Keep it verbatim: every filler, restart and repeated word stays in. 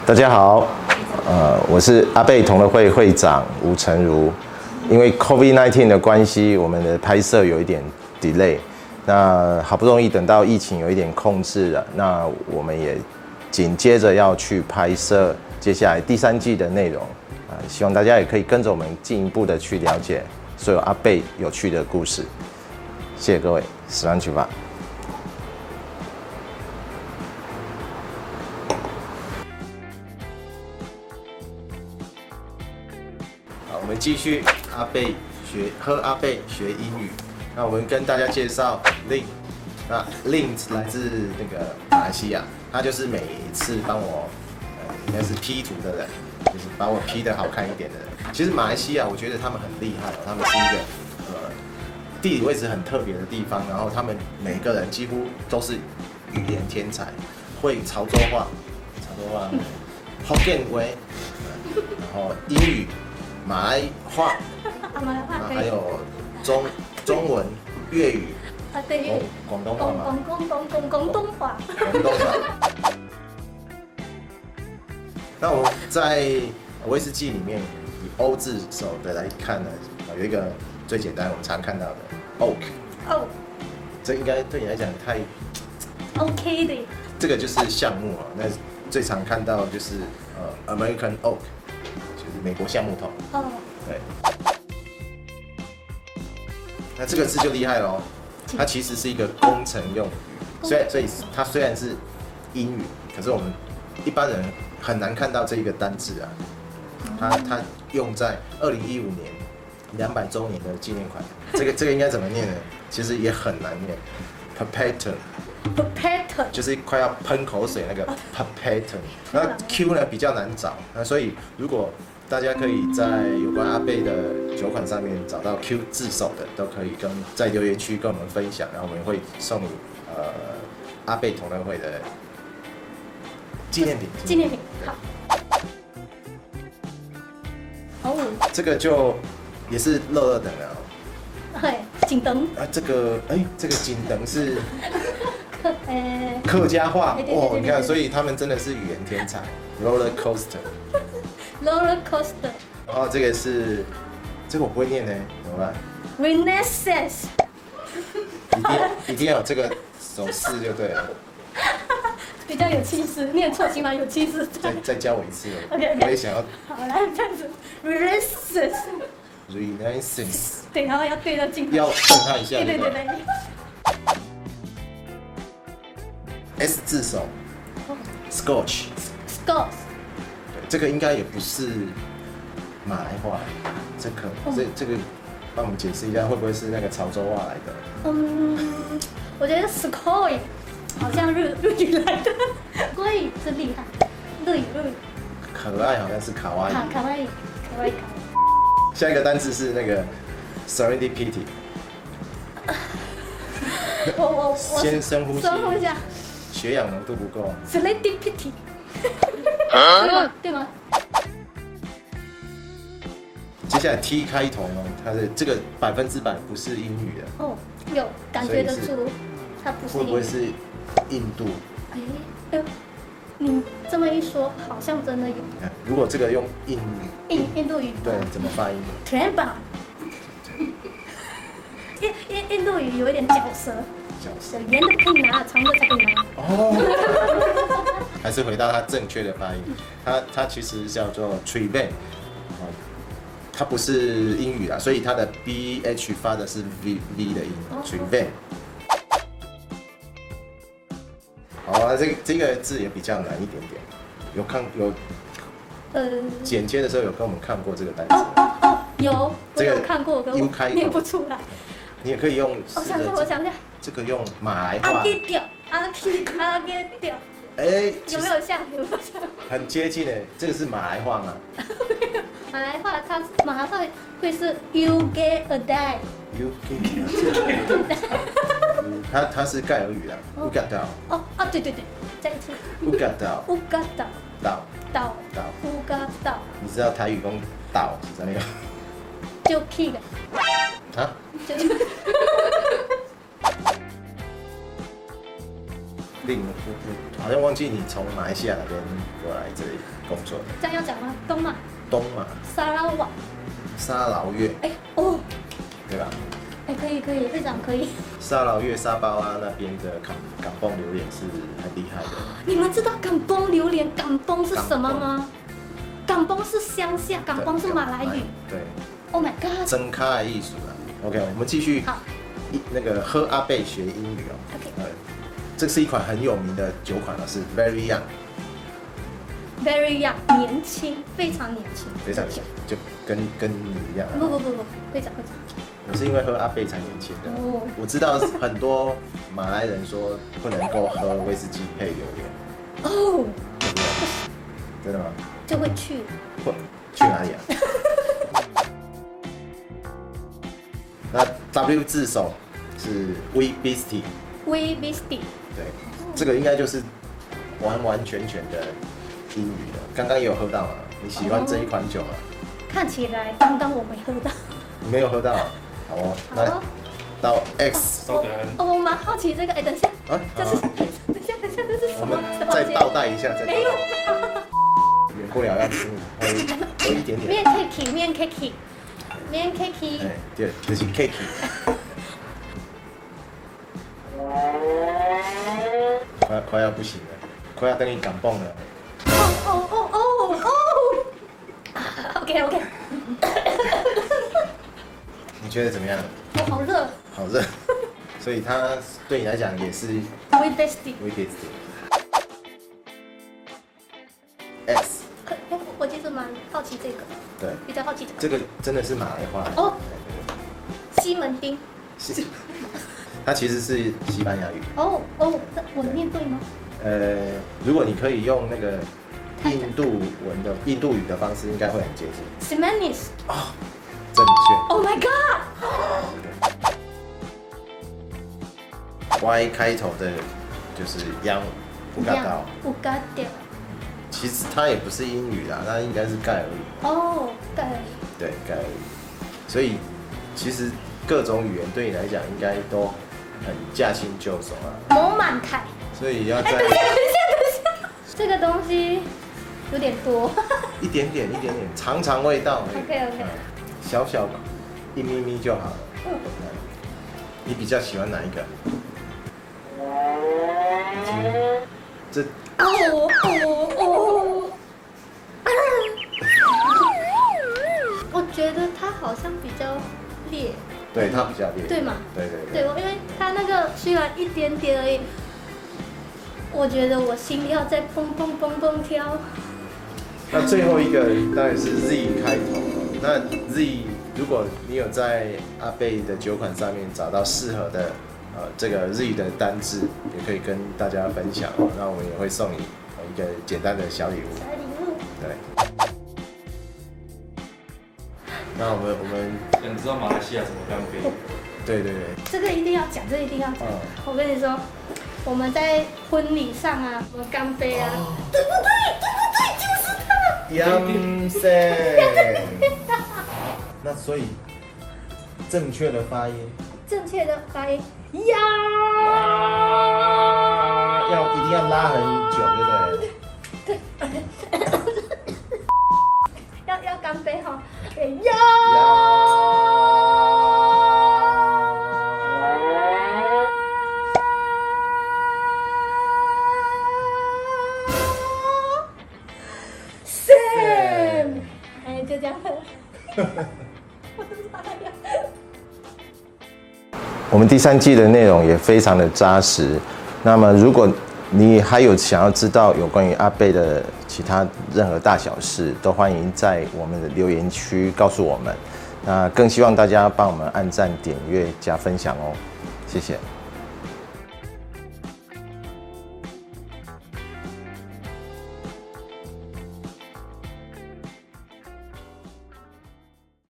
大家好，呃，我是阿贝同乐会会长吴成儒。因为 COVID 十九 的关系，我们的拍摄有一点 delay。那好不容易等到疫情有一点控制了，那我们也紧接着要去拍摄接下来第三季的内容啊、呃，希望大家也可以跟着我们进一步的去了解所有阿贝有趣的故事。谢谢各位，十万去吧。好，我们继续阿贝学和阿贝学英语。那我们跟大家介绍 Lin， 那 Lin 来自那个马来西亚，他就是每一次帮我，呃，应该是 P 图的人，就是把我 P 得好看一点的人。其实马来西亚，我觉得他们很厉害哦，他们是一个呃地理位置很特别的地方，然后他们每个人几乎都是语言天才，会潮州话、潮州话、福建话，然后英语、马来话，还有中中文、粤语、 啊对， 广东话嘛， 广广广广广东话。 广东话。那我在威士忌里面以 O 字首的来看呢，有一个最简单我们常看到的 Oak。 哦。 这应该对你来讲太 OK 的。 这个就是橡木啊，那最常看到就是呃 American Oak， 就是美国橡木头。哦。对。那这个字就厉害喽，它其实是一个工程用语，所以所以它虽然是英语，可是我们一般人很难看到这一个单字啊。它它用在二零一五年两百周年的纪念款，这个这个应该怎么念呢？其实也很难念 ，Perpetual。Perpetual 就是快要喷口水那个 Perpetual。那 Q 呢比较难找，那所以如果大家可以在有关阿贝的酒款上面找到 Q 字首的，都可以跟在留言区跟我们分享，然后我们会送你呃阿贝同乐会的纪念品。 纪念品，好。哦， 这个就也是乐乐等了哦。 对，景灯。 啊，这个哎、欸，这个景灯是客呃客家话对对对哦， 对你看，所以他们真的是语言天才 ，roller coaster。 roller coaster。 然后这个是，这个我不会念呢，怎么办 ？Renaissance。 一定一定要有这个手势就对了。 比较有气势，念错起码有气势。 再再教我一次哦。 OK OK。 我也想要。 好，来这样子 ，Renaissance。 Renaissance。 对，然后要对着镜头。 要动它一下。 对对对对。 S 字首 ，Scotch。 Scotch。 这个应该也不是马来话，这个、嗯、这这个帮我们解释一下，会不会是那个潮州话来的？ 嗯，我觉得 Scotch 好像日日语来的，国语是厉害，日语日语。 可爱好像是卡哇伊。 卡哇伊，卡哇伊。 下一个单词是那个 Serendipity。 我我我先深呼吸。 深呼吸一下。 血氧浓度不够。 Serendipity。对吗？对吗？ 接下来 T 开头呢，它的这个百分之百不是英语的。 哦，有感觉得出，它不是英语。 会不会是印度？ 哎，哎，你这么一说，好像真的有。 如果这个用印印印度语， 对，怎么发音 ？Tramba。印印印度语有一点嚼舌。 嚼舌。 圆的可以拿，长的才可以拿。 哦。还是回到它正确的发音，它它其实叫做 Treven， 它不是英语啦，所以它的 B H 发的是 V V 的音 Treven。好啊，这个这个字也比较难一点点，有看有，呃，剪接的时候有跟我们看过这个单词。 哦哦哦，有，我有看过，可我念不出来。 你也可以用。 我想想，我想想。 这个用马来话。 阿给掉，阿给阿给掉。 哎， 有没有像？有没有像？ 很接近诶，这个是马来话吗？ 马来话，它马来话会是 You get a die。You get a die。它它是盖尔语啦 ，U get 到。 哦啊，对对对，再一次。 U get 到。 U get 到。 到。 到。 到。 U get 到。 你知道台语讲倒是怎么样？ 就 kick。 啊？ 令，我我好像忘记你从马来西亚那边过来这里工作的。 这样要讲吗？东马、 东马、 沙拉瓦， 沙劳越， 哎哦， 对吧？ 哎可以可以，队长可以。 沙劳越、沙巴哇那边的港港崩榴莲是很厉害的。 你们知道港崩榴莲港崩是什么吗？港崩是乡下，港崩是马来语。 对。 Oh my god！ 真咖的艺术啦。OK， 我们继续。 好。 那个喝阿贝学英语哦。 OK。 呃，这是一款很有名的酒款哦，是 Very Young。Very young， 年轻，非常年轻。 非常年轻，就跟跟你一样。 不不不不，队长队长。 我是因为喝阿贝才年轻的。 哦。 我知道很多马来人说不能够喝威士忌配榴莲。 哦。 真的吗？ 就会去。 会去哪里啊？那 W 字首是 We Beastie。 We Beastie。 对，这个应该就是完完全全的英语了。刚刚也有喝到啊，你喜欢这一款酒吗？ 看起来刚刚我没喝到。 你没有喝到？好哦，那到 X。 哦，我蛮好奇这个，哎，等一下， 啊， 这是，等一下，等一下，这是什我么？ 们再倒带一下，再倒带。 没有。 免不了要吃喝喝一点点。 面 cake， 面 cake， 面 cake。 哎，对，就是 cake。快快要不行了，快要等你感蹦了。 哦哦哦哦哦。OK OK。 你觉得怎么样？ 哦，好热。 好热，所以它对你来讲也是 We Beastie。 We Beastie。S。 我其实蛮好奇这个。 对。 比较好奇这个。这个真的是马来话。 哦。西门町。 是。它其实是西班牙语。 哦哦，我念对吗？ 呃，如果你可以用那个印度文的印度语的方式，应该会很接近。 Spanish。 哦，正确。 Oh my god。 Y 开头的，就是央乌嘎道。 乌嘎道。 其实它也不是英语啦，它应该是盖而已。 哦，盖而已。 对，盖而已。所以其实各种语言对你来讲应该都很驾轻就熟啊。 蒙满凯。 所以要在。 等一下，等一下，这个东西有点多。 一点点，一点点，尝尝味道。 OK OK。 小小一咪咪就好了。嗯。你比较喜欢哪一个？这。哦哦哦！ 我觉得它好像比较烈。 对，它比较烈。 对嘛？ 对对对。对，因为它那个虽然一点点而已，我觉得我心跳在蹦蹦蹦蹦跳。 那最后一个当然是 Z 开头。那 Z， 如果你有在阿贝的酒款上面找到适合的。呃，这个日语的单字也可以跟大家分享哦。那我们也会送你一个简单的小礼物。 小礼物。 对。那我们我们， 想知道马来西亚怎么干杯？ 对对对。 这个一定要讲，这个一定要讲。嗯、我跟你说，我们在婚礼上啊，我们干杯啊，哦、对不对？对不对？就是它。 Yam Sen。那所以正确的发音。 正确的发音。呀！ 要一定要拉很久，对不对？ 要要干杯哈！呀！Sam， 哎，就这样。 我们第三季的内容也非常的扎实。那么，如果你还有想要知道有关于阿贝的其他任何大小事，都欢迎在我们的留言区告诉我们。那更希望大家帮我们按赞、点阅、加分享哦，谢谢。